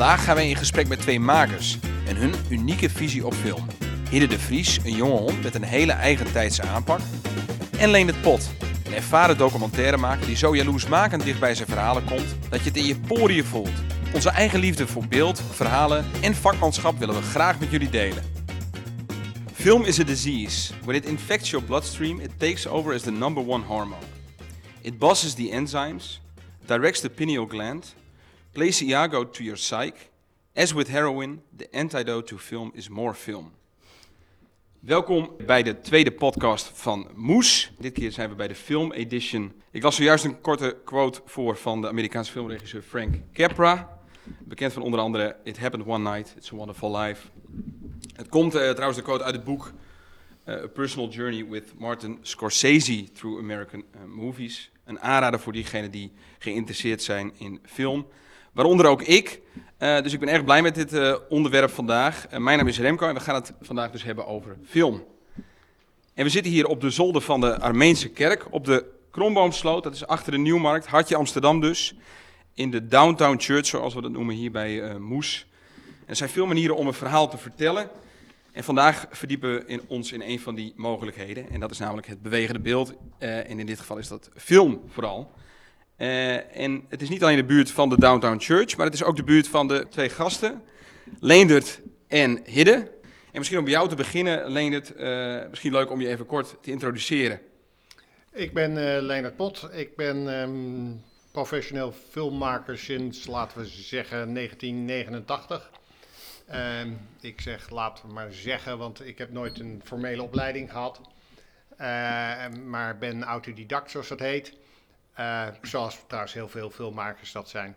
Vandaag gaan wij in gesprek met twee makers en hun unieke visie op film. Hidde de Vries, een jonge hond met een hele eigentijdse aanpak. En Leendert Pot, een ervaren documentairemaker die zo jaloersmakend dicht bij zijn verhalen komt dat je het in je poriën voelt. Onze eigen liefde voor beeld, verhalen en vakmanschap willen we graag met jullie delen. Film is a disease. When it infects your bloodstream, it takes over as the number one hormone. It bosses the enzymes, directs the pineal gland, plays Iago to your psyche. As with heroin, the antidote to film is more film. Welkom bij de tweede podcast van Moes. Dit keer zijn we bij de Film Edition. Ik las zojuist een korte quote voor van de Amerikaanse filmregisseur Frank Capra. Bekend van onder andere It Happened One Night, It's a Wonderful Life. Het komt trouwens de quote uit het boek A Personal Journey with Martin Scorsese Through American Movies. Een aanrader voor diegenen die geïnteresseerd zijn in film. Waaronder ook ik. Dus ik ben erg blij met dit onderwerp vandaag. Mijn naam is Remco en we gaan het vandaag dus hebben over film. En we zitten hier op de zolder van de Armeense kerk, op de Kromboomsloot. Dat is achter de Nieuwmarkt, hartje Amsterdam dus. In de Downtown Church, zoals we dat noemen hier bij Moes. En er zijn veel manieren om een verhaal te vertellen. En vandaag verdiepen we ons in een van die mogelijkheden. En dat is namelijk het bewegende beeld. En in dit geval is dat film vooral. En het is niet alleen de buurt van de Downtown Church, maar het is ook de buurt van de twee gasten, Leendert en Hidde. En misschien om bij jou te beginnen, Leendert, misschien leuk om je even kort te introduceren. Ik ben Leendert Pot. Ik ben professioneel filmmaker sinds, laten we zeggen, 1989. Ik zeg, laten we maar zeggen, want ik heb nooit een formele opleiding gehad. Maar ben autodidact, zoals dat heet. Zoals trouwens heel veel filmmakers dat zijn.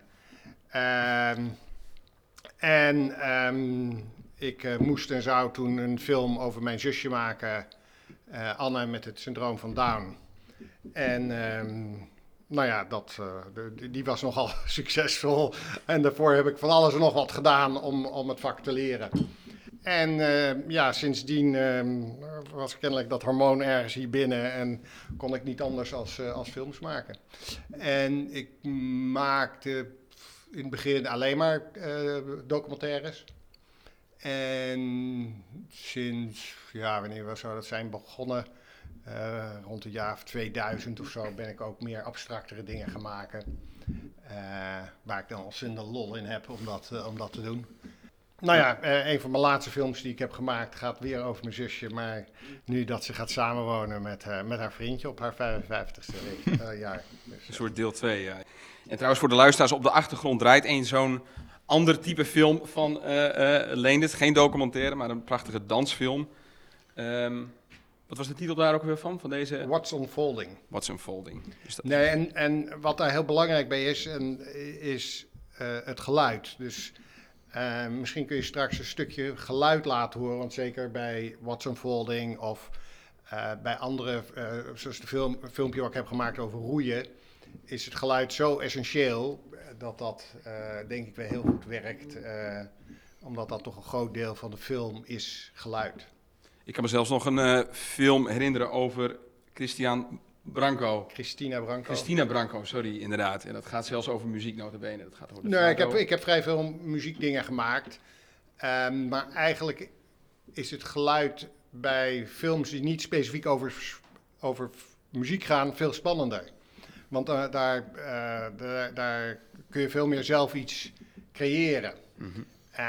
Ik moest en zou toen een film over mijn zusje maken, Anne met het syndroom van Down. En die was nogal succesvol. En daarvoor heb ik van alles en nog wat gedaan om het vak te leren. En sindsdien was kennelijk dat hormoon ergens hier binnen en kon ik niet anders als films maken. En ik maakte in het begin alleen maar documentaires. En sinds, wanneer zou dat zijn, begonnen, rond het jaar 2000 of zo, ben ik ook meer abstractere dingen gaan maken. Waar ik dan ontzettend lol in heb om dat te doen. Een van mijn laatste films die ik heb gemaakt gaat weer over mijn zusje. Maar nu dat ze gaat samenwonen met haar vriendje op haar 55ste jaar. Dus, een soort deel 2, ja. En trouwens voor de luisteraars, op de achtergrond draait zo'n ander type film van Leendert. Geen documentaire, maar een prachtige dansfilm. Wat was de titel daar ook weer van deze? What's Unfolding. What's Unfolding. Nee, en wat daar heel belangrijk bij is het geluid. Dus misschien kun je straks een stukje geluid laten horen, want zeker bij What's Unfolding of bij andere, zoals de filmpje wat ik heb gemaakt over roeien, is het geluid zo essentieel dat denk ik wel heel goed werkt, omdat dat toch een groot deel van de film is, geluid. Ik kan me zelfs nog een film herinneren over Christina Branco, sorry, inderdaad. En dat gaat zelfs over muziek, nota bene. Dat gaat over de ik heb vrij veel muziekdingen gemaakt. Maar eigenlijk is het geluid bij films die niet specifiek over muziek gaan veel spannender. Want daar kun je veel meer zelf iets creëren. Mm-hmm.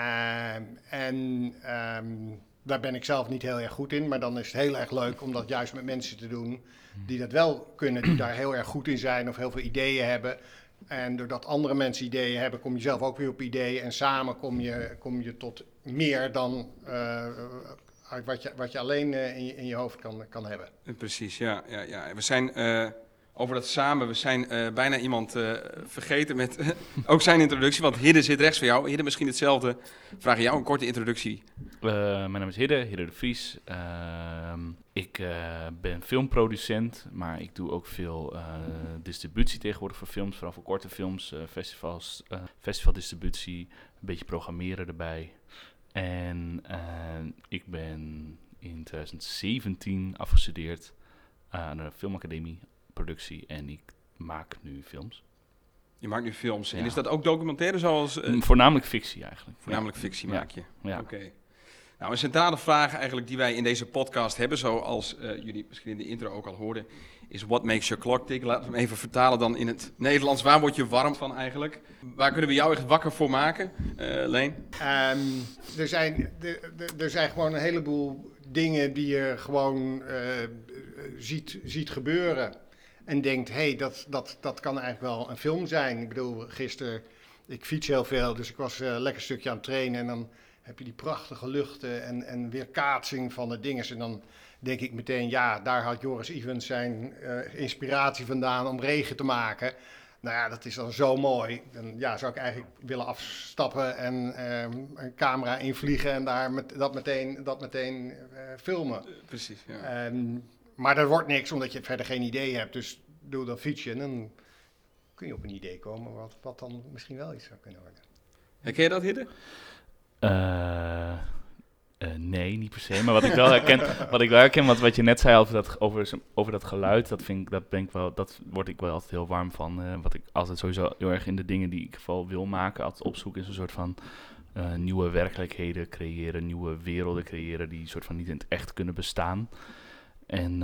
Daar ben ik zelf niet heel erg goed in, maar dan is het heel erg leuk om dat juist met mensen te doen die dat wel kunnen, die daar heel erg goed in zijn of heel veel ideeën hebben. En doordat andere mensen ideeën hebben, kom je zelf ook weer op ideeën en samen kom je tot meer dan wat je alleen in je hoofd kan hebben. Precies, ja. We zijn over dat samen, we zijn bijna iemand vergeten met ook zijn introductie, want Hidde zit rechts van jou. Hidde, misschien hetzelfde. Vraag aan jou een korte introductie. Mijn naam is Hidde de Vries. Ik ben filmproducent, maar ik doe ook veel distributie tegenwoordig voor films, vooral voor korte films, festivals, festivaldistributie, een beetje programmeren erbij. En ik ben in 2017 afgestudeerd aan de filmacademie productie en ik maak nu films. Je maakt nu films. En Ja. is dat ook documentaire zoals... Voornamelijk fictie eigenlijk. Voornamelijk fictie maak je. Ja. Oké. Nou, een centrale vraag eigenlijk die wij in deze podcast hebben, zoals jullie misschien in de intro ook al hoorden, is what makes your clock tick? Laten we hem even vertalen dan in het Nederlands. Waar word je warm van eigenlijk? Waar kunnen we jou echt wakker voor maken, Leen? Er zijn gewoon een heleboel dingen die je gewoon ziet gebeuren. En denkt, dat kan eigenlijk wel een film zijn. Ik bedoel, gisteren, ik fiets heel veel, dus ik was lekker een stukje aan het trainen. En dan heb je die prachtige luchten en weerkaatsing van de dingen. En dan denk ik meteen, ja, daar had Joris Ivens zijn inspiratie vandaan om regen te maken. Nou ja, dat is dan zo mooi. Dan zou ik eigenlijk willen afstappen en een camera invliegen en daar dat meteen filmen. Precies, ja. Maar dat wordt niks, omdat je verder geen idee hebt. Dus doe dan fietsen en dan kun je op een idee komen wat dan misschien wel iets zou kunnen worden. Herken je dat, Hidde? Nee, niet per se. Maar wat ik wel herken, wat je net zei over dat geluid, dat word ik wel altijd heel warm van. Wat ik altijd sowieso heel erg in de dingen die ik vooral wil maken, altijd opzoek, is een soort van nieuwe werkelijkheden creëren, nieuwe werelden creëren die soort van niet in het echt kunnen bestaan. En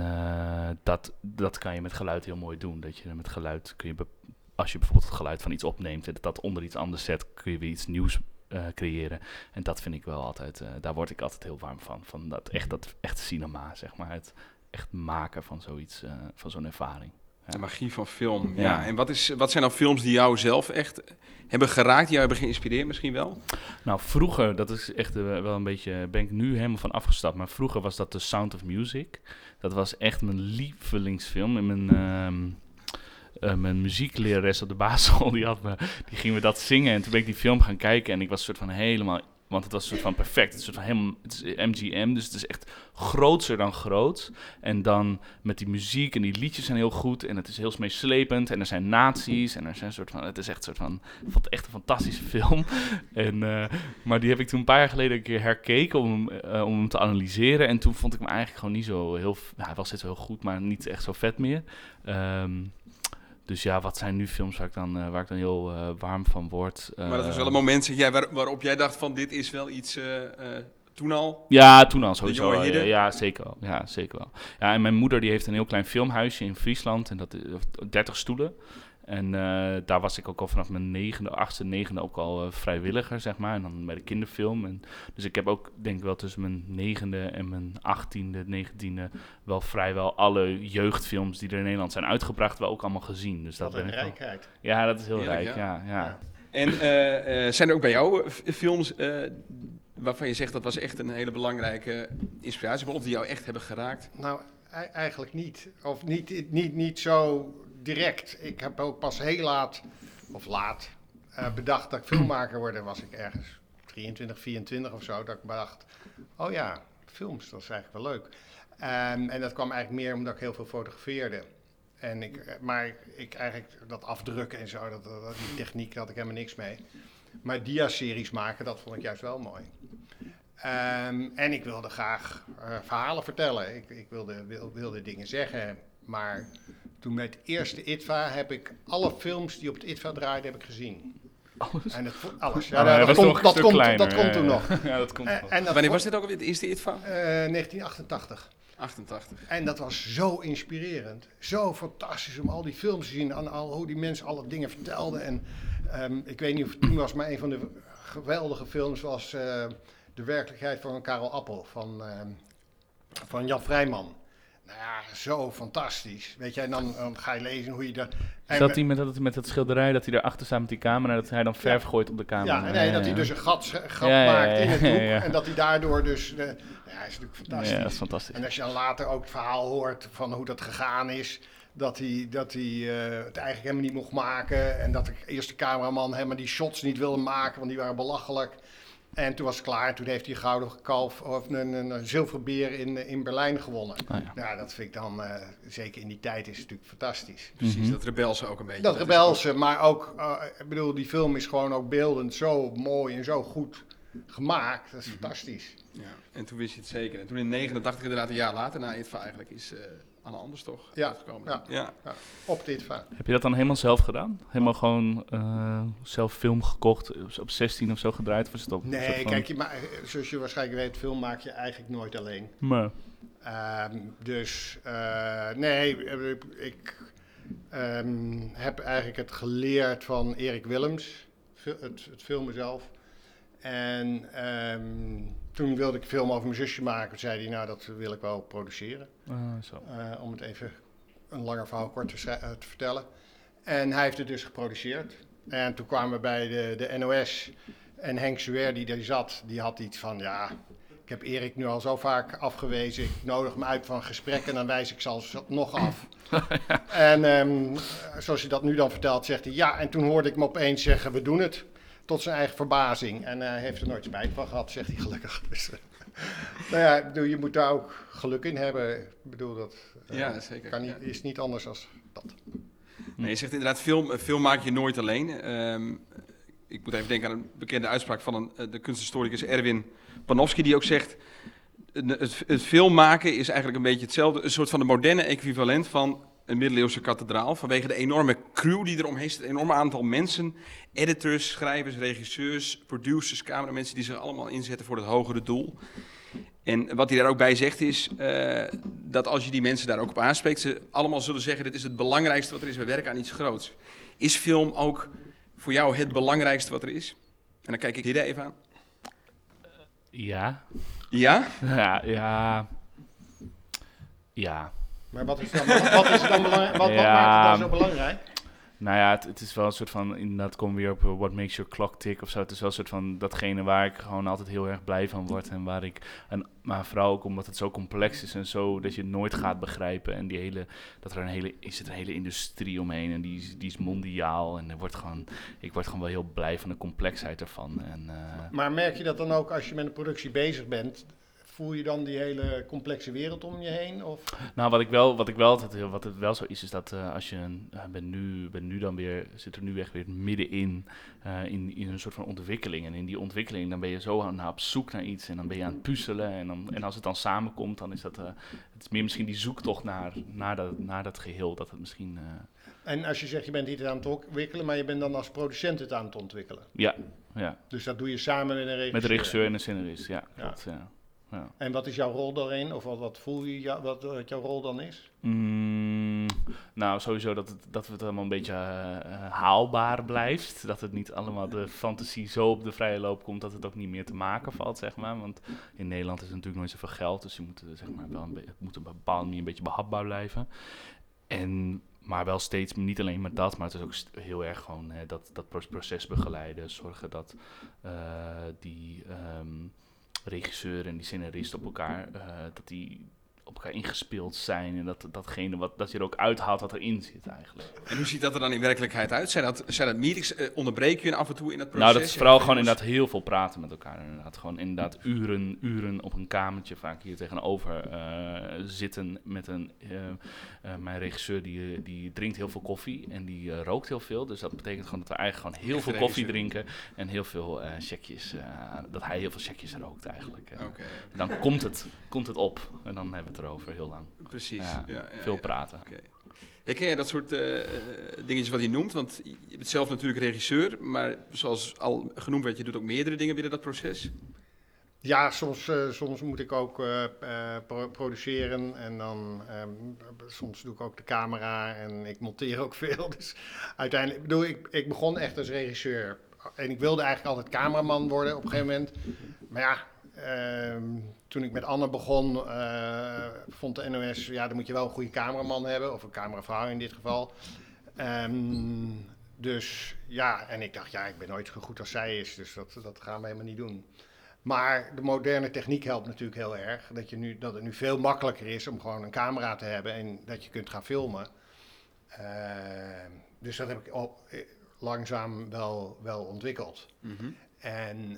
dat kan je met geluid heel mooi doen. Dat je met geluid als je bijvoorbeeld het geluid van iets opneemt en dat onder iets anders zet, kun je weer iets nieuws creëren. En dat vind ik wel altijd, daar word ik altijd heel warm van dat echt cinema, zeg maar. Het echt maken van zoiets, van zo'n ervaring. Ja. De magie van film, ja. Ja. En wat zijn dan films die jou zelf echt hebben geraakt, die jou hebben geïnspireerd misschien wel? Nou, vroeger, dat is echt wel een beetje, ben ik nu helemaal van afgestapt, maar vroeger was dat The Sound of Music. Dat was echt mijn lievelingsfilm in mijn muzieklerares op de basisschool, die ging me dat zingen. En toen ben ik die film gaan kijken en ik was soort van helemaal... Want het was een soort van perfect. Het is MGM, dus het is echt grootser dan groot. En dan met die muziek en die liedjes zijn heel goed. En het is heel meeslepend. En er zijn nazi's. En er zijn het is echt echt een fantastische film. Maar die heb ik toen een paar jaar geleden een keer herkeken om hem te analyseren. En toen vond ik hem eigenlijk gewoon niet zo heel... Nou, hij was steeds wel heel goed, maar niet echt zo vet meer. Dus ja, wat zijn nu films waar ik dan heel warm van word? Maar dat was wel een moment waarop jij dacht van dit is wel iets toen al? Ja, toen al sowieso. jonge Hidde? Ja, zeker wel. Ja, zeker wel. Ja, en mijn moeder die heeft een heel klein filmhuisje in Friesland. En dat 30 stoelen. En daar was ik ook al vanaf mijn 8e, 9e ook al vrijwilliger, zeg maar. En dan bij de kinderfilm. Dus ik heb ook, denk ik wel, tussen mijn 9e en mijn 18e, 19e... wel vrijwel alle jeugdfilms die er in Nederland zijn uitgebracht... wel ook allemaal gezien. Dus dat Wat een ben ik wel. rijkheid. Ja, dat is heel Heerlijk, rijk. ja. Ja. En zijn er ook bij jou films waarvan je zegt dat was echt een hele belangrijke inspiratiebron... of die jou echt hebben geraakt? Nou, eigenlijk niet. Of niet zo direct. Ik heb ook pas heel laat bedacht dat ik filmmaker word. Was ik ergens 23, 24 of zo. Dat ik bedacht, oh ja, films, dat is eigenlijk wel leuk. En dat kwam eigenlijk meer omdat ik heel veel fotografeerde. Maar ik eigenlijk dat afdrukken en zo, die techniek, daar had ik helemaal niks mee. Maar dia-series maken, dat vond ik juist wel mooi. En ik wilde graag verhalen vertellen. Ik wilde dingen zeggen. Maar toen met het eerste ITVA heb ik alle films die op het ITVA draaiden, heb ik gezien. Alles? En alles. Ja, Dat komt toen nog. Ja, dat komt nog. Wanneer was dit ook alweer, het eerste ITVA? 1988. 88. En dat was zo inspirerend. Zo fantastisch om al die films te zien. En hoe die mensen alle dingen vertelden. En ik weet niet of het toen was, maar een van de geweldige films was De werkelijkheid van Karel Appel. Van Jan Vrijman. Nou ja, zo fantastisch. Weet je, en dan ga je lezen hoe je dat... Is dat die met dat schilderij, dat hij daarachter staat met die camera, dat hij dan verf gooit op de camera? Ja, dat hij dus een gat maakt in het boek. Ja. En dat hij daardoor dus... hij is natuurlijk fantastisch. Ja, dat is fantastisch. En als je dan later ook het verhaal hoort van hoe dat gegaan is... Dat hij het eigenlijk helemaal niet mocht maken. En dat de eerste cameraman helemaal die shots niet wilde maken, want die waren belachelijk. En toen was het klaar. Toen heeft hij een gouden kalf of een zilveren beer in Berlijn gewonnen. Oh, ja. Ja, dat vind ik dan, zeker in die tijd, is het natuurlijk fantastisch. Precies, dat rebelse ook een beetje. Dat rebelse, maar ook, ik bedoel, die film is gewoon ook beeldend zo mooi en zo goed gemaakt. Dat is fantastisch. Ja, en toen wist je het zeker. En toen in 89, inderdaad een jaar later, na ITVA eigenlijk, is Anne Anders toch? Ja, uitgekomen. ja. Op dit vaak. Heb je dat dan helemaal zelf gedaan? Helemaal gewoon zelf film gekocht, op 16 of zo gedraaid? Of is het op Nee, kijk, maar, zoals je waarschijnlijk weet, film maak je eigenlijk nooit alleen. Maar... nee, ik heb eigenlijk het geleerd van Erik Willems, het filmen zelf. En toen wilde ik een film over mijn zusje maken. Toen zei hij, nou, dat wil ik wel produceren. Om het even een langer verhaal kort te vertellen. En hij heeft het dus geproduceerd. En toen kwamen we bij de NOS. En Henk Suer, die daar zat, die had iets van, ja... Ik heb Erik nu al zo vaak afgewezen. Ik nodig hem uit van gesprekken en dan wijs ik zelfs nog af. En zoals hij dat nu dan vertelt, zegt hij... Ja, en toen hoorde ik me opeens zeggen, we doen het. Tot zijn eigen verbazing. En hij heeft er nooit spijt van gehad, zegt hij gelukkig. Dus, nou ja, ik bedoel, je moet daar ook geluk in hebben. Ik bedoel, dat zeker. Is niet anders dan dat. Nee, je zegt inderdaad, film maak je nooit alleen. Ik moet even denken aan een bekende uitspraak van de kunsthistoricus Erwin Panofsky, die ook zegt... Het film maken is eigenlijk een beetje hetzelfde. Een soort van de moderne equivalent van een middeleeuwse kathedraal. Vanwege de enorme crew die eromheen zit. Het enorme aantal mensen. Editors, schrijvers, regisseurs, producers, cameramensen... die zich allemaal inzetten voor het hogere doel. En wat hij daar ook bij zegt is... dat als je die mensen daar ook op aanspreekt... ze allemaal zullen zeggen, dit is het belangrijkste wat er is. We werken aan iets groots. Is film ook voor jou het belangrijkste wat er is? En dan kijk ik hier even aan. Ja. Ja? Ja. Maar wat is dan belangrijk? Wat maakt het dan zo belangrijk? Nou ja, het is wel een soort van, inderdaad komen we weer op what makes your clock tick of zo. Het is wel een soort van datgene waar ik gewoon altijd heel erg blij van word. En waar ik, maar vooral ook omdat het zo complex is en zo, dat je het nooit gaat begrijpen. En dat er een hele industrie omheen en die is mondiaal. En ik word gewoon wel heel blij van de complexheid ervan. Maar merk je dat dan ook als je met een productie bezig bent? Voel je dan die hele complexe wereld om je heen? Of? Nou, wat het wel zo is dat als je zit er nu echt weer middenin in een soort van ontwikkeling. En in die ontwikkeling dan ben je zo op zoek naar iets en dan ben je aan het puzzelen. En als het dan samenkomt, dan is dat het is meer misschien die zoektocht naar dat geheel. Dat het misschien... En als je zegt je bent iets aan het ontwikkelen, maar je bent dan als producent het aan het ontwikkelen? Ja. Dus dat doe je samen met een regisseur? Met de regisseur en de scenarist, ja. Klopt, ja. Ja. En wat is jouw rol daarin? Of wat voel je wat jouw rol dan is? Nou, sowieso dat het allemaal een beetje haalbaar blijft. Dat het niet allemaal de fantasie zo op de vrije loop komt dat het ook niet meer te maken valt, zeg maar. Want in Nederland is er natuurlijk nooit zoveel geld. Dus je moet, zeg maar, het moet op een bepaalde manier een beetje behapbaar blijven. Maar wel steeds, niet alleen maar dat, maar het is ook heel erg gewoon dat proces begeleiden. Zorgen dat die... regisseur en die scenarist op elkaar ingespeeld zijn en dat je er ook uithaalt wat erin zit eigenlijk. En hoe ziet dat er dan in werkelijkheid uit? Zijn dat meetings? Onderbreek je af en toe in het proces? Nou, dat is vooral gewoon inderdaad heel veel praten met elkaar. Inderdaad. Gewoon inderdaad uren op een kamertje vaak hier tegenover zitten met mijn regisseur die drinkt heel veel koffie en die rookt heel veel. Dus dat betekent gewoon dat we eigenlijk gewoon heel veel koffie drinken en heel veel checkjes, dat hij heel veel checkjes rookt eigenlijk. Okay. Dan komt het op en dan hebben we het erover heel lang. Precies. Veel praten. Okay. Herken jij dat soort dingetjes wat je noemt? Want je bent zelf natuurlijk regisseur, maar zoals al genoemd werd, je doet ook meerdere dingen binnen dat proces. Ja, soms moet ik ook produceren en dan soms doe ik ook de camera en ik monteer ook veel. Dus uiteindelijk, ik begon echt als regisseur en ik wilde eigenlijk altijd cameraman worden op een gegeven moment. Maar ja, toen ik met Anne begon, vond de NOS, ja, dan moet je wel een goede cameraman hebben, of een cameravrouw in dit geval. Dus ja, en ik dacht, ja, ik ben nooit zo goed als zij is, dus dat gaan we helemaal niet doen. Maar de moderne techniek helpt natuurlijk heel erg, dat het nu veel makkelijker is om gewoon een camera te hebben en dat je kunt gaan filmen. Dus dat heb ik langzaam wel ontwikkeld. Mm-hmm. En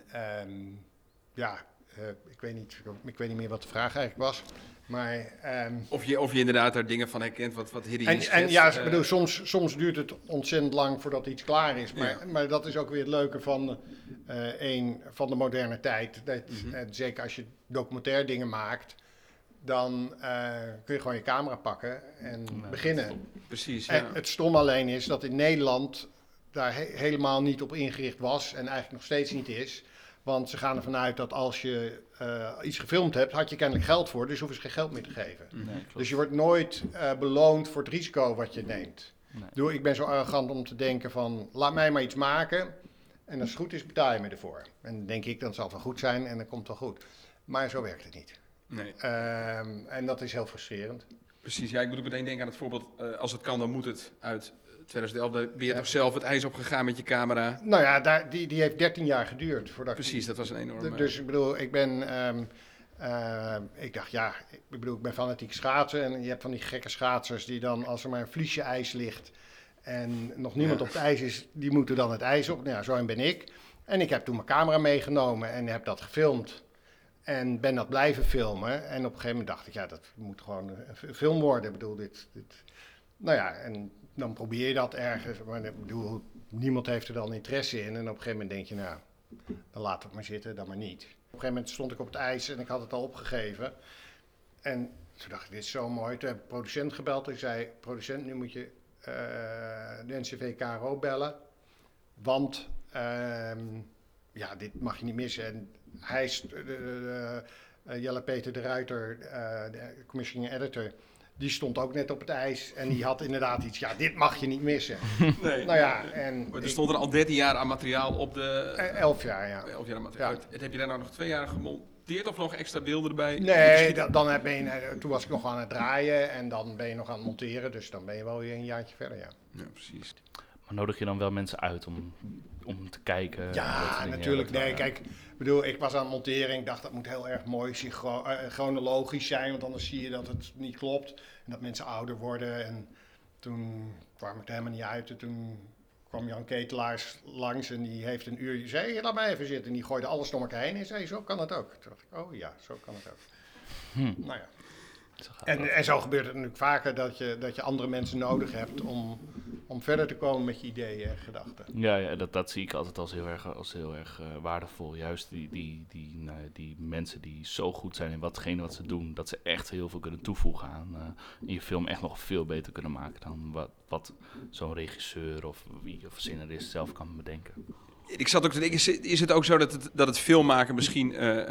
ik weet niet meer wat de vraag eigenlijk was. Maar, of je inderdaad daar dingen van herkent wat Hiddy is. En ja, ik bedoel, soms duurt het ontzettend lang voordat iets klaar is. Maar dat is ook weer het leuke van de moderne tijd. Zeker als je documentaire dingen maakt, dan kun je gewoon je camera pakken en beginnen. Precies, ja. En het stom alleen is dat in Nederland daar helemaal niet op ingericht was en eigenlijk nog steeds niet is. Want ze gaan ervan uit dat als je iets gefilmd hebt, had je kennelijk geld voor, dus hoeven ze geen geld meer te geven. Nee, Dus je wordt nooit beloond voor het risico wat je neemt. Nee. Ik ben zo arrogant om te denken van, laat mij maar iets maken en als het goed is, betaal je me ervoor. En dan denk ik, dan zal het wel goed zijn en dan komt het wel goed. Maar zo werkt het niet. Nee. En dat is heel frustrerend. Precies, ja, ik moet ook meteen denken aan het voorbeeld, als het kan, dan moet het uit 2011. Daar ben je toch zelf het ijs opgegaan met je camera? Nou ja, die heeft 13 jaar geduurd. Precies, dat was een enorme... Dus ik bedoel, ik dacht, ik ben fanatiek schaatsen. En je hebt van die gekke schaatsers die dan, als er maar een vliesje ijs ligt en nog niemand op het ijs is, die moeten dan het ijs op. Nou ja, zo een ben ik. En ik heb toen mijn camera meegenomen en heb dat gefilmd. En ben dat blijven filmen. En op een gegeven moment dacht ik, ja, dat moet gewoon een film worden. Ik bedoel, dit. Nou ja, en dan probeer je dat ergens. Maar ik bedoel, niemand heeft er dan interesse in. En op een gegeven moment denk je, nou, dan laat het maar zitten, dan maar niet. Op een gegeven moment stond ik op het ijs en ik had het al opgegeven. En toen dacht ik, dit is zo mooi. Toen heb ik de producent gebeld. Ik zei, producent, nu moet je de NCV KRO bellen. Want ja, dit mag je niet missen. En hij is Jelle Peter de Ruiter, de commissioning editor, die stond ook net op het ijs en die had inderdaad iets, ja, dit mag je niet missen. Nee. Nou ja, en Maar er stond er al 13 jaar aan materiaal op de... 11 jaar, ja. 11 jaar aan materiaal. Ja. Het heb je daar nou nog 2 jaar gemonteerd of nog extra beelden erbij? Nee, toen was ik nog aan het draaien en dan ben je nog aan het monteren, dus dan ben je wel weer een jaartje verder, ja. Ja, precies. Maar nodig je dan wel mensen uit om te kijken? Ja, natuurlijk. Nee, kijk, ik bedoel, ik was aan het monteren en ik dacht dat moet heel erg mooi chronologisch zijn, want anders zie je dat het niet klopt en dat mensen ouder worden. En toen kwam het helemaal niet uit. En toen kwam Jan Ketelaars langs en die heeft een uur, zei, laat mij even zitten. En die gooide alles door elkaar heen en zei, zo kan het ook. Toen dacht ik, oh ja, zo kan het ook. Nou ja. En zo gebeurt het natuurlijk vaker dat je andere mensen nodig hebt om verder te komen met je ideeën en gedachten. Ja, dat zie ik altijd als heel erg waardevol. Juist die mensen die zo goed zijn in watgene wat ze doen, dat ze echt heel veel kunnen toevoegen aan en je film echt nog veel beter kunnen maken dan wat zo'n regisseur of scenarist zelf kan bedenken. Ik zat ook te denken, is het ook zo dat het filmmaken misschien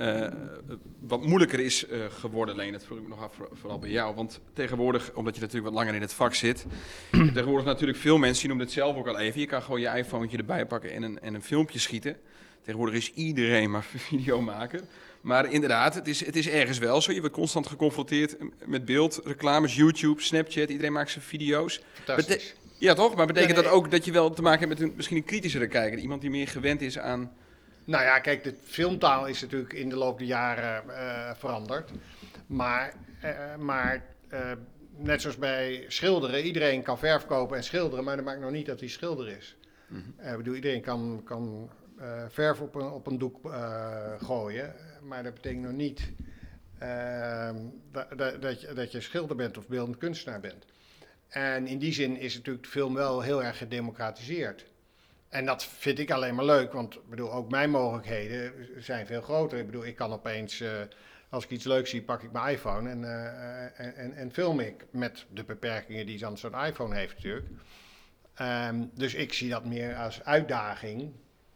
wat moeilijker is geworden, Leen? Dat vroeg ik me nog af, vooral bij jou. Want tegenwoordig, omdat je natuurlijk wat langer in het vak zit, tegenwoordig natuurlijk veel mensen, je noemde het zelf ook al even, je kan gewoon je iPhone erbij pakken en een filmpje schieten. Tegenwoordig is iedereen maar videomaker. Maar inderdaad, het is ergens wel zo. Je wordt constant geconfronteerd met beeld, reclames, YouTube, Snapchat, iedereen maakt zijn video's. Fantastisch. Ja, toch? Maar betekent dat ook dat je wel te maken hebt met misschien een kritischere kijker? Iemand die meer gewend is aan... Nou ja, kijk, de filmtaal is natuurlijk in de loop der jaren veranderd. Maar net zoals bij schilderen, iedereen kan verf kopen en schilderen, maar dat maakt nog niet dat hij schilder is. Ik bedoel, iedereen kan verf op een doek gooien, maar dat betekent nog niet dat je schilder bent of beeldend kunstenaar bent. En in die zin is natuurlijk de film wel heel erg gedemocratiseerd. En dat vind ik alleen maar leuk, want ik bedoel, ook mijn mogelijkheden zijn veel groter. Ik bedoel, ik kan opeens, als ik iets leuks zie, pak ik mijn iPhone en film ik. Met de beperkingen die dan zo'n iPhone heeft natuurlijk. Dus ik zie dat meer als uitdaging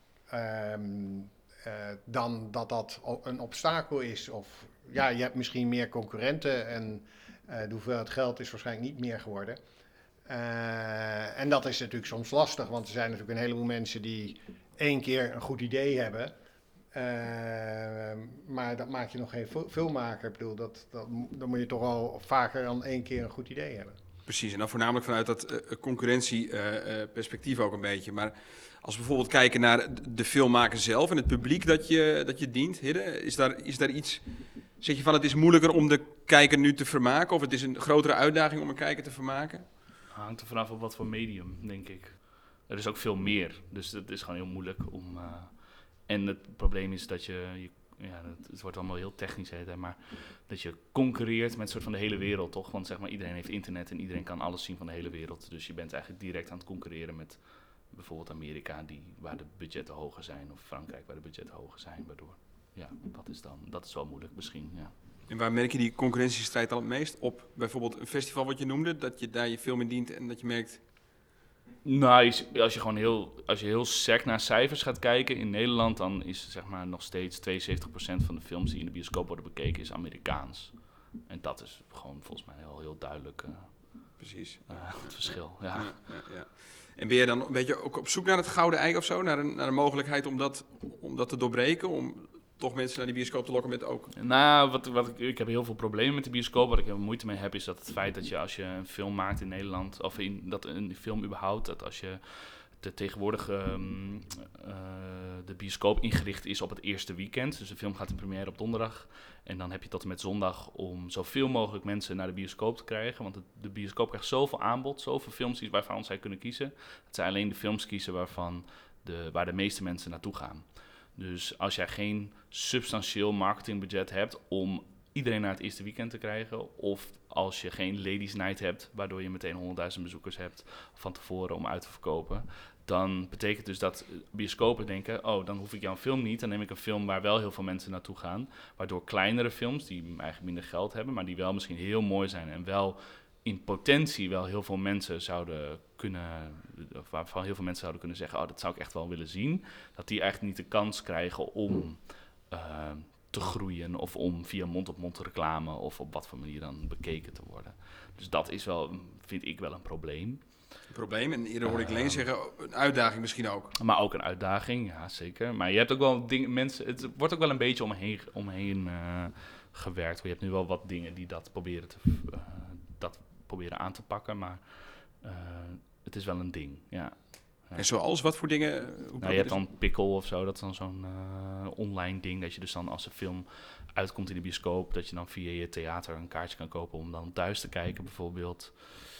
dan dat een obstakel is. Of ja, je hebt misschien meer concurrenten en de hoeveelheid geld is waarschijnlijk niet meer geworden. En dat is natuurlijk soms lastig, want er zijn natuurlijk een heleboel mensen die 1 keer een goed idee hebben. Maar dat maakt je nog geen filmmaker. Ik bedoel, dan moet je toch al vaker dan 1 keer een goed idee hebben. Precies, en dan voornamelijk vanuit dat concurrentieperspectief ook een beetje. Maar als we bijvoorbeeld kijken naar de filmmaker zelf en het publiek dat je dient, Hidde, is daar iets... Zeg je van het is moeilijker om de kijker nu te vermaken of het is een grotere uitdaging om een kijker te vermaken? Hangt er vanaf op wat voor medium, denk ik. Er is ook veel meer, dus het is gewoon heel moeilijk om... En het probleem is dat het wordt allemaal heel technisch, maar dat je concurreert met een soort van de hele wereld, toch? Want zeg maar, iedereen heeft internet en iedereen kan alles zien van de hele wereld. Dus je bent eigenlijk direct aan het concurreren met bijvoorbeeld Amerika, waar de budgetten hoger zijn, of Frankrijk, waar de budgetten hoger zijn, waardoor... Ja, dat is wel moeilijk misschien, ja. En waar merk je die concurrentiestrijd dan het meest? Op bijvoorbeeld een festival wat je noemde, dat je daar je film in dient en dat je merkt... Nou, als je heel sec naar cijfers gaat kijken in Nederland, dan is zeg maar nog steeds 72% van de films die in de bioscoop worden bekeken is Amerikaans. En dat is gewoon volgens mij heel duidelijk Precies. het verschil. Ja. Ja. En ben je dan een beetje ook op zoek naar het gouden ei of zo? Naar een mogelijkheid om dat te doorbreken? Om toch mensen naar die bioscoop te lokken met ook... Nou, ik heb heel veel problemen met de bioscoop. Wat ik er moeite mee heb, is dat het feit dat je als je een film maakt in Nederland, of dat een film überhaupt, dat als je tegenwoordig de bioscoop ingericht is op het eerste weekend. Dus de film gaat in première op donderdag. En dan heb je tot en met zondag om zoveel mogelijk mensen naar de bioscoop te krijgen. Want de bioscoop krijgt zoveel aanbod, zoveel films waarvan zij kunnen kiezen. Dat zij alleen de films kiezen waar de meeste mensen naartoe gaan. Dus als jij geen substantieel marketingbudget hebt om iedereen naar het eerste weekend te krijgen, of als je geen ladies night hebt, waardoor je meteen 100.000 bezoekers hebt van tevoren om uit te verkopen, dan betekent dus dat bioscopen denken, dan hoef ik jouw film niet, dan neem ik een film waar wel heel veel mensen naartoe gaan, waardoor kleinere films, die eigenlijk minder geld hebben, maar die wel misschien heel mooi zijn en wel in potentie wel heel veel mensen zouden kunnen, waarvan heel veel mensen zouden kunnen zeggen, dat zou ik echt wel willen zien, dat die eigenlijk niet de kans krijgen om te groeien of om via mond-op-mond reclame of op wat voor manier dan bekeken te worden. Dus dat is wel, vind ik wel een probleem. Een probleem, en eerder hoorde ik Leen zeggen, een uitdaging misschien ook. Maar ook een uitdaging, ja zeker. Maar je hebt ook wel dingen, het wordt ook wel een beetje omheen gewerkt. Je hebt nu wel wat dingen die dat proberen aan te pakken, maar het is wel een ding, ja. En zoals, wat voor dingen? Je hebt dan Pickle of zo, dat is dan zo'n online ding, dat je dus dan als een film uitkomt in de bioscoop, dat je dan via je theater een kaartje kan kopen om dan thuis te kijken bijvoorbeeld.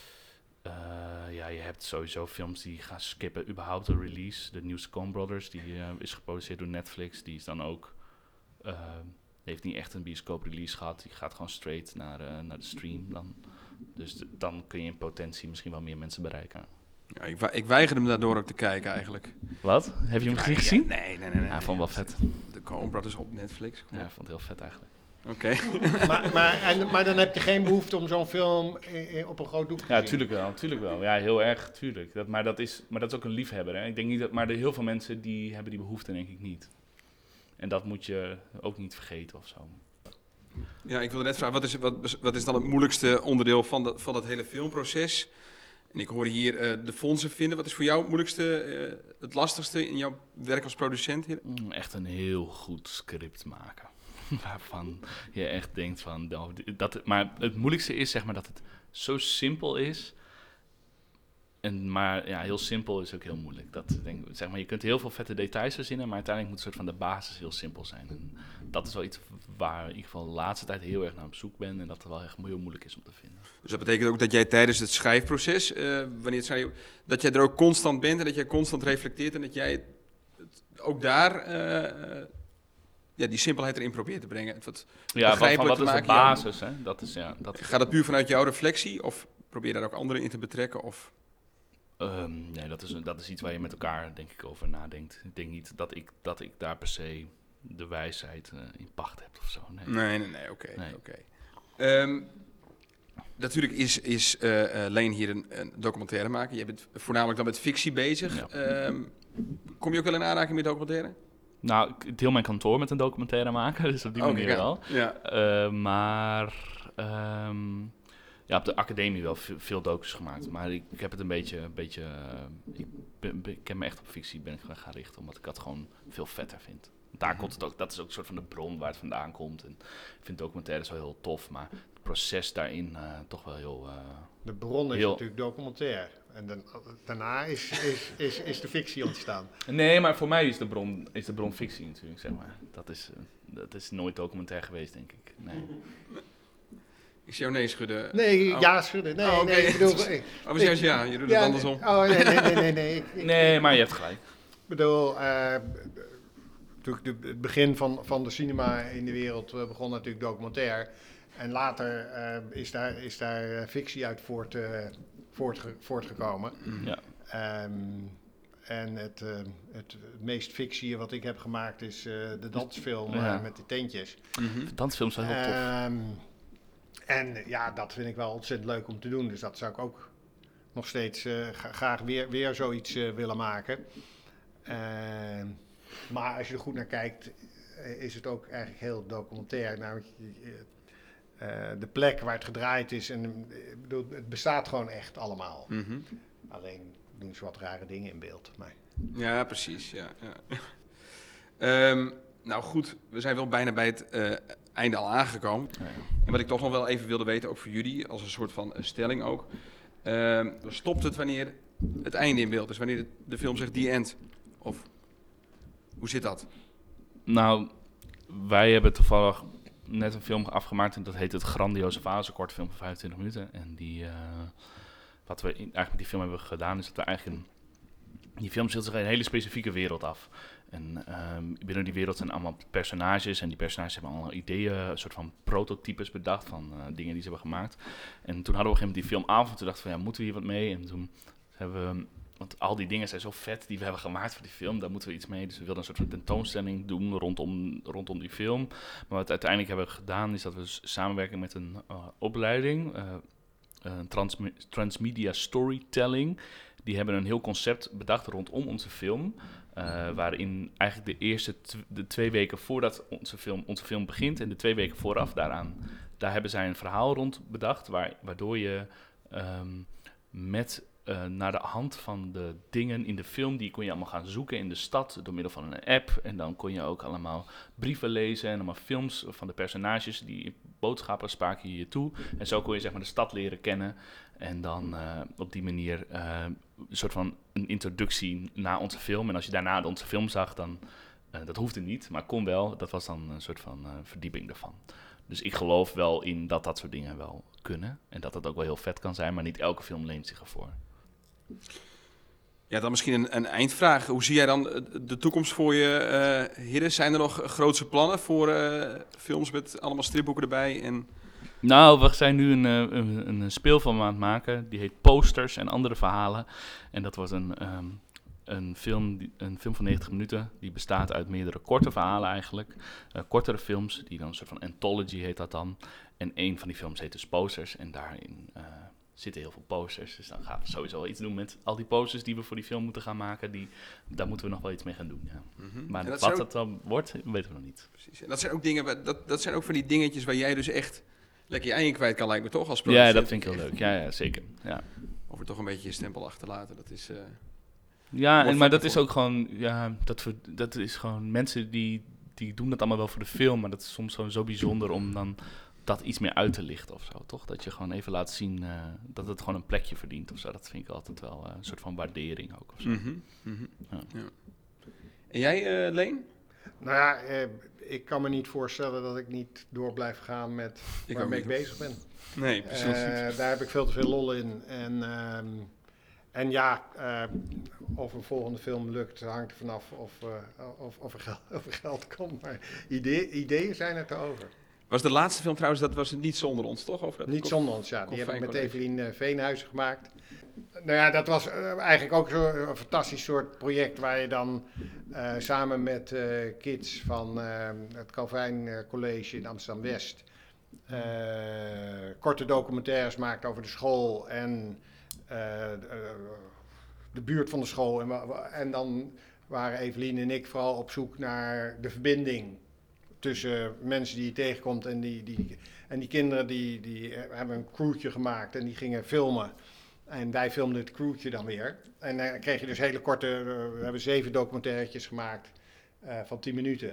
Je hebt sowieso films die gaan skippen überhaupt de release. De nieuwste Coen Brothers, die is geproduceerd door Netflix, die is dan ook... heeft niet echt een bioscoop release gehad, die gaat gewoon straight naar de stream dan. Dus dan kun je in potentie misschien wel meer mensen bereiken. Ja, ik weiger hem daardoor ook te kijken eigenlijk. Wat? Heb je hem gezien? Nee. Hij vond wel vet. De Coen Brothers op Netflix. Ja, ik vond het heel vet eigenlijk. Oké. Maar dan heb je geen behoefte om zo'n film op een groot doek te zien? Ja, tuurlijk wel. Ja, heel erg, tuurlijk. Maar dat is ook een liefhebber. Hè? Ik denk niet maar heel veel mensen die hebben die behoefte denk ik niet. En dat moet je ook niet vergeten of zo. Ja, ik wilde net vragen, wat is dan het moeilijkste onderdeel van dat hele filmproces? En ik hoor hier de fondsen vinden. Wat is voor jou het moeilijkste, het lastigste in jouw werk als producent? Echt een heel goed script maken. Waarvan je echt denkt van... maar het moeilijkste is zeg maar dat het zo simpel is. Maar ja, heel simpel is ook heel moeilijk. Zeg maar, je kunt heel veel vette details verzinnen, maar uiteindelijk moet een soort van de basis heel simpel zijn. En dat is wel iets waar in ieder geval de laatste tijd heel erg naar op zoek ben en dat het wel echt heel moeilijk is om te vinden. Dus dat betekent ook dat jij tijdens het schrijfproces, dat jij er ook constant bent en dat jij constant reflecteert en dat jij ook daar die simpelheid erin probeert te brengen. Wat is de basis? Hè? Gaat dat puur vanuit jouw reflectie of probeer je daar ook anderen in te betrekken? Of... Nee, dat is iets waar je met elkaar denk ik over nadenkt. Ik denk niet dat ik daar per se de wijsheid in pacht heb of zo. Nee, oké. Natuurlijk is Leen hier een documentaire maken. Je bent voornamelijk dan met fictie bezig. Ja. Kom je ook wel in aanraking met documentaire? Nou, ik deel mijn kantoor met een documentaire maken, dus op die manier wel. Ja. Maar op de academie wel veel docus gemaakt. Maar ik heb het een beetje ik heb me echt op fictie gaan richten, omdat ik dat gewoon veel vetter vind. Daar komt het ook, dat is ook een soort van de bron waar het vandaan komt. En ik vind documentaires wel heel tof, maar het proces daarin toch wel heel... de bron is natuurlijk documentair. En daarna is de fictie ontstaan. Nee, maar voor mij is de bron fictie natuurlijk, zeg maar. Dat is nooit documentair geweest, denk ik. Nee. Ik zie jou nee schudden. Nee, ja schudden. Nee, okay. nee, ik bedoel... je doet het andersom. Nee. Nee, maar je hebt gelijk. Ik bedoel, natuurlijk het begin van de cinema in de wereld begon natuurlijk documentair. En later is daar fictie uit voortgekomen. Ja. En het meest fictie wat ik heb gemaakt is de dansfilm met de tentjes. Dansfilms zijn heel tof. En ja, dat vind ik wel ontzettend leuk om te doen. Dus dat zou ik ook nog steeds graag weer zoiets willen maken. Maar als je er goed naar kijkt, is het ook eigenlijk heel documentair. Namelijk de plek waar het gedraaid is. En ik bedoel, het bestaat gewoon echt allemaal. Mm-hmm. Alleen doen ze wat rare dingen in beeld. Maar... Ja, precies. Ja. Nou goed, we zijn wel bijna bij het einde al aangekomen. Ja. En wat ik toch nog wel even wilde weten, ook voor jullie, als een soort van stelling ook. Stopt het wanneer het einde in beeld is? Wanneer de film zegt the end? Of hoe zit dat? Nou, wij hebben toevallig net een film afgemaakt en dat heet Het Grandioze Fase, korte film van 25 minuten. En wat we eigenlijk met die film hebben gedaan is dat we eigenlijk die film speelt zich een hele specifieke wereld af. En binnen die wereld zijn allemaal personages en die personages hebben allemaal ideeën, een soort van prototypes bedacht van dingen die ze hebben gemaakt. En toen hadden we op een gegeven moment die film af en toen dachten we, ja, moeten we hier wat mee? En toen hebben we, want al die dingen zijn zo vet die we hebben gemaakt voor die film, daar moeten we iets mee. Dus we wilden een soort van tentoonstelling doen rondom die film. Maar wat we uiteindelijk hebben gedaan is dat we samenwerken met een opleiding, Transmedia Storytelling. Die hebben een heel concept bedacht rondom onze film. Waarin eigenlijk de 2 weken voordat onze film begint en de 2 weken vooraf daaraan, daar hebben zij een verhaal rond bedacht, waardoor je naar de hand van de dingen in de film, die kon je allemaal gaan zoeken in de stad door middel van een app. En dan kon je ook allemaal brieven lezen en allemaal films van de personages, die boodschappen spraken je toe. En zo kon je zeg maar de stad leren kennen. En dan op die manier een soort van een introductie naar onze film. En als je daarna onze film zag, dan dat hoefde niet, maar kon wel. Dat was dan een soort van verdieping daarvan. Dus ik geloof wel in dat soort dingen wel kunnen. En dat ook wel heel vet kan zijn, maar niet elke film leent zich ervoor. Ja, dan misschien een eindvraag. Hoe zie jij dan de toekomst voor je, Hidde? Zijn er nog grootse plannen voor films met allemaal stripboeken erbij? En... Nou, we zijn nu een speelfilm aan het maken. Die heet Posters en andere verhalen. En dat wordt een film van 90 minuten. Die bestaat uit meerdere korte verhalen eigenlijk. Kortere films, die dan een soort van anthology heet dat dan. En een van die films heet dus Posters. En daarin zitten heel veel posters. Dus dan gaan we sowieso iets doen met al die posters die we voor die film moeten gaan maken. Daar moeten we nog wel iets mee gaan doen. Ja. Mm-hmm. Maar wat dat dan wordt, weten we nog niet. Precies. En dat zijn ook dingen, dat zijn ook van die dingetjes waar jij dus echt lekker je eigen kwijt kan, lijkt me toch, als producent. Ja, dat vind ik heel leuk. Ja, zeker. Ja. Of er toch een beetje je stempel achterlaten, dat is... maar dat is ook gewoon... Ja, dat is gewoon... Mensen die doen dat allemaal wel voor de film, maar dat is soms gewoon zo bijzonder om dan dat iets meer uit te lichten of zo, toch? Dat je gewoon even laat zien dat het gewoon een plekje verdient of zo. Dat vind ik altijd wel een soort van waardering ook of zo. Mm-hmm. Mm-hmm. Ja. Ja. En jij, Leen? Nou ja, ik kan me niet voorstellen dat ik niet door blijf gaan met waarmee ik bezig ben. Nee, precies. Daar heb ik veel te veel lol in. En ja, of een volgende film lukt, hangt er vanaf of er geld komt. Maar ideeën zijn er te over. Was de laatste film trouwens, dat was Niet Zonder Ons, toch? Of Niet Zonder Ons, ja. Die heb ik met Evelien Veenhuizen gemaakt. Nou ja, dat was eigenlijk ook een fantastisch soort project waar je dan samen met kids van het Calvijn College in Amsterdam-West korte documentaires maakt over de school en de buurt van de school. En dan waren Evelien en ik vooral op zoek naar de verbinding tussen mensen die je tegenkomt en die kinderen die hebben een crewtje gemaakt en die gingen filmen. En wij filmden het crewtje dan weer. En dan kreeg je dus hele korte... we hebben 7 documentairtjes gemaakt van 10 minuten.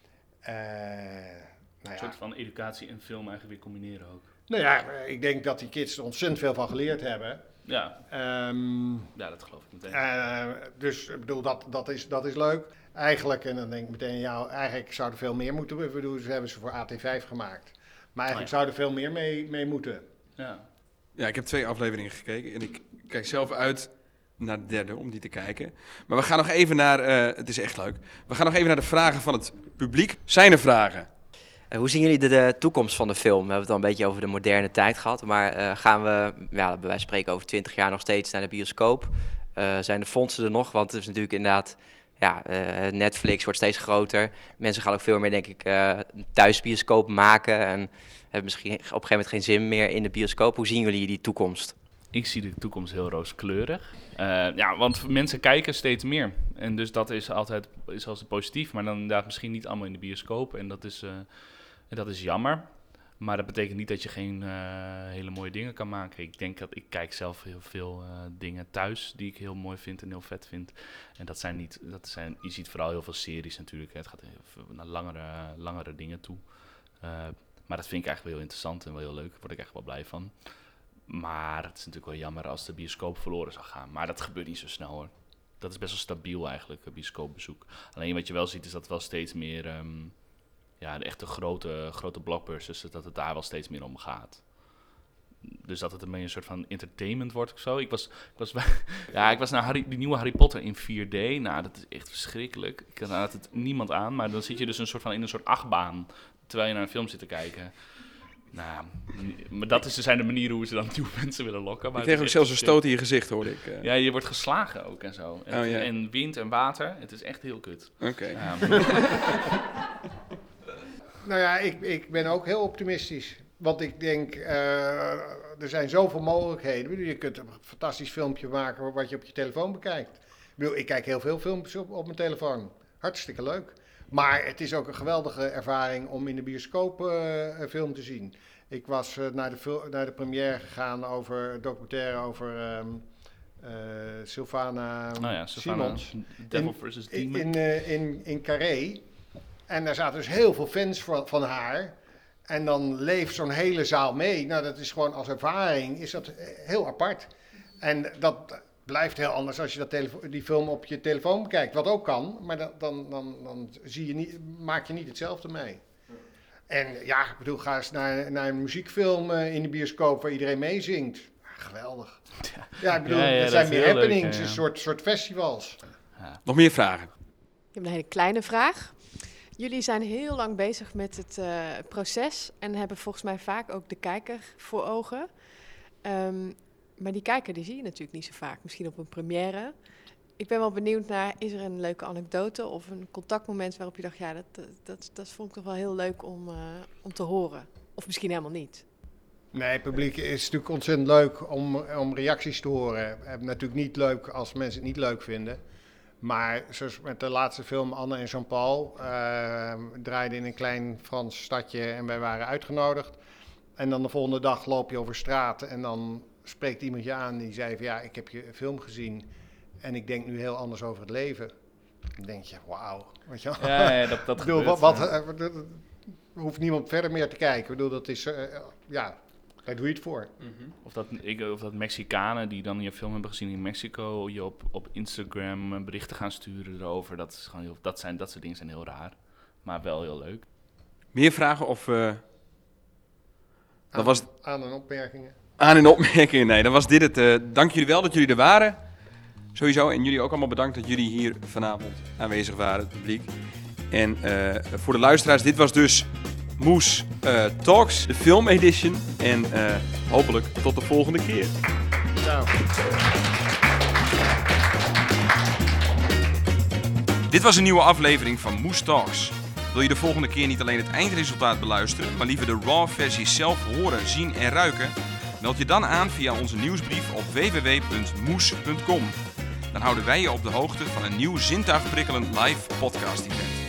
Een soort van educatie en film eigenlijk weer combineren ook. Nou ja, ik denk dat die kids er ontzettend veel van geleerd hebben. Ja, dat geloof ik meteen. Dus ik bedoel, dat is leuk. Eigenlijk, en dan denk ik meteen, ja, eigenlijk zou er veel meer moeten. Ze hebben ze voor AT5 gemaakt. Maar eigenlijk zou er veel meer mee moeten. Ja. Ja, ik heb 2 afleveringen gekeken en ik kijk zelf uit naar de derde om die te kijken. Maar we gaan nog even naar, het is echt leuk, we gaan nog even naar de vragen van het publiek. Zijn er vragen? Hoe zien jullie de toekomst van de film? We hebben het al een beetje over de moderne tijd gehad, maar gaan we, bij wijze van spreken over 20 jaar nog steeds naar de bioscoop? zijn de fondsen er nog? Want het is natuurlijk inderdaad, Netflix wordt steeds groter. Mensen gaan ook veel meer, denk ik, thuisbioscoop maken en hebben misschien op een gegeven moment geen zin meer in de bioscoop. Hoe zien jullie die toekomst? Ik zie de toekomst heel rooskleurig. Want mensen kijken steeds meer. En dus dat is altijd positief. Maar dan inderdaad misschien niet allemaal in de bioscoop. En dat is jammer. Maar dat betekent niet dat je geen hele mooie dingen kan maken. Ik kijk zelf heel veel dingen thuis die ik heel mooi vind en heel vet vind. En je ziet vooral heel veel series natuurlijk. Hè. Het gaat naar langere dingen toe. Maar dat vind ik eigenlijk wel heel interessant en wel heel leuk. Daar word ik echt wel blij van. Maar het is natuurlijk wel jammer als de bioscoop verloren zou gaan. Maar dat gebeurt niet zo snel hoor. Dat is best wel stabiel eigenlijk, een bioscoopbezoek. Alleen wat je wel ziet is dat het wel steeds meer... de echte grote blockbusters, dat het daar wel steeds meer om gaat. Dus dat het een soort van entertainment wordt of zo. Ik was naar die nieuwe Harry Potter in 4D. Nou, dat is echt verschrikkelijk. Ik raad het niemand aan, maar dan zit je dus in een soort achtbaan, terwijl je naar een film zit te kijken. Nou, maar dat zijn de manieren hoe ze dan nieuwe mensen willen lokken. Maar je kreeg ook zelfs een stoot in je gezicht, hoorde ik. Ja, je wordt geslagen ook en zo. En wind en water, het is echt heel kut. Oké. Ja, Nou ja, ik ben ook heel optimistisch. Want ik denk, er zijn zoveel mogelijkheden. Je kunt een fantastisch filmpje maken wat je op je telefoon bekijkt. Ik kijk heel veel filmpjes op mijn telefoon. Hartstikke leuk. Maar het is ook een geweldige ervaring om in de bioscoop een film te zien. Ik was naar de première gegaan over een documentaire over Sylvana Simons. Devil vs. Demon. In Carré. En daar zaten dus heel veel fans van haar. En dan leeft zo'n hele zaal mee. Nou, dat is gewoon als ervaring is dat heel apart. En dat blijft heel anders als je die film op je telefoon bekijkt. Wat ook kan, maar dan maak je niet hetzelfde mee. En ja, ik bedoel, ga eens naar een muziekfilm in de bioscoop waar iedereen meezingt. Geweldig. Ja, ik bedoel, er zijn meer happenings, een soort festivals. Ja. Nog meer vragen? Ik heb een hele kleine vraag. Jullie zijn heel lang bezig met het proces en hebben volgens mij vaak ook de kijker voor ogen. Maar die kijker die zie je natuurlijk niet zo vaak, misschien op een première. Ik ben wel benieuwd naar, is er een leuke anekdote of een contactmoment waarop je dacht, ja, dat vond ik toch wel heel leuk om te horen. Of misschien helemaal niet. Nee, het publiek is natuurlijk ontzettend leuk om reacties te horen. Natuurlijk niet leuk als mensen het niet leuk vinden. Maar zoals met de laatste film Anne en Jean-Paul draaide in een klein Frans stadje en wij waren uitgenodigd. En dan de volgende dag loop je over straat en dan spreekt iemand je aan die zei van ja, ik heb je film gezien en ik denk nu heel anders over het leven. Dan denk je, wauw. Ja, dat gebeurt. Hoeft niemand verder meer te kijken. Ik bedoel, dat is, daar doe je het voor. Mm-hmm. Of dat Mexicanen die dan je film hebben gezien in Mexico, je op Instagram berichten gaan sturen erover. Dat is gewoon dat soort dingen zijn heel raar, maar wel heel leuk. Meer vragen of... Aan- en opmerkingen. Aan- en opmerkingen, nee. Dan was dit het. Dank jullie wel dat jullie er waren. Sowieso. En jullie ook allemaal bedankt dat jullie hier vanavond aanwezig waren, het publiek. En voor de luisteraars, dit was dus Moes Talks, de film edition. En hopelijk tot de volgende keer. Ciao. Dit was een nieuwe aflevering van Moes Talks. Wil je de volgende keer niet alleen het eindresultaat beluisteren, maar liever de raw versie zelf horen, zien en ruiken? Meld je dan aan via onze nieuwsbrief op www.moes.com. Dan houden wij je op de hoogte van een nieuw zintuigprikkelend live podcast event.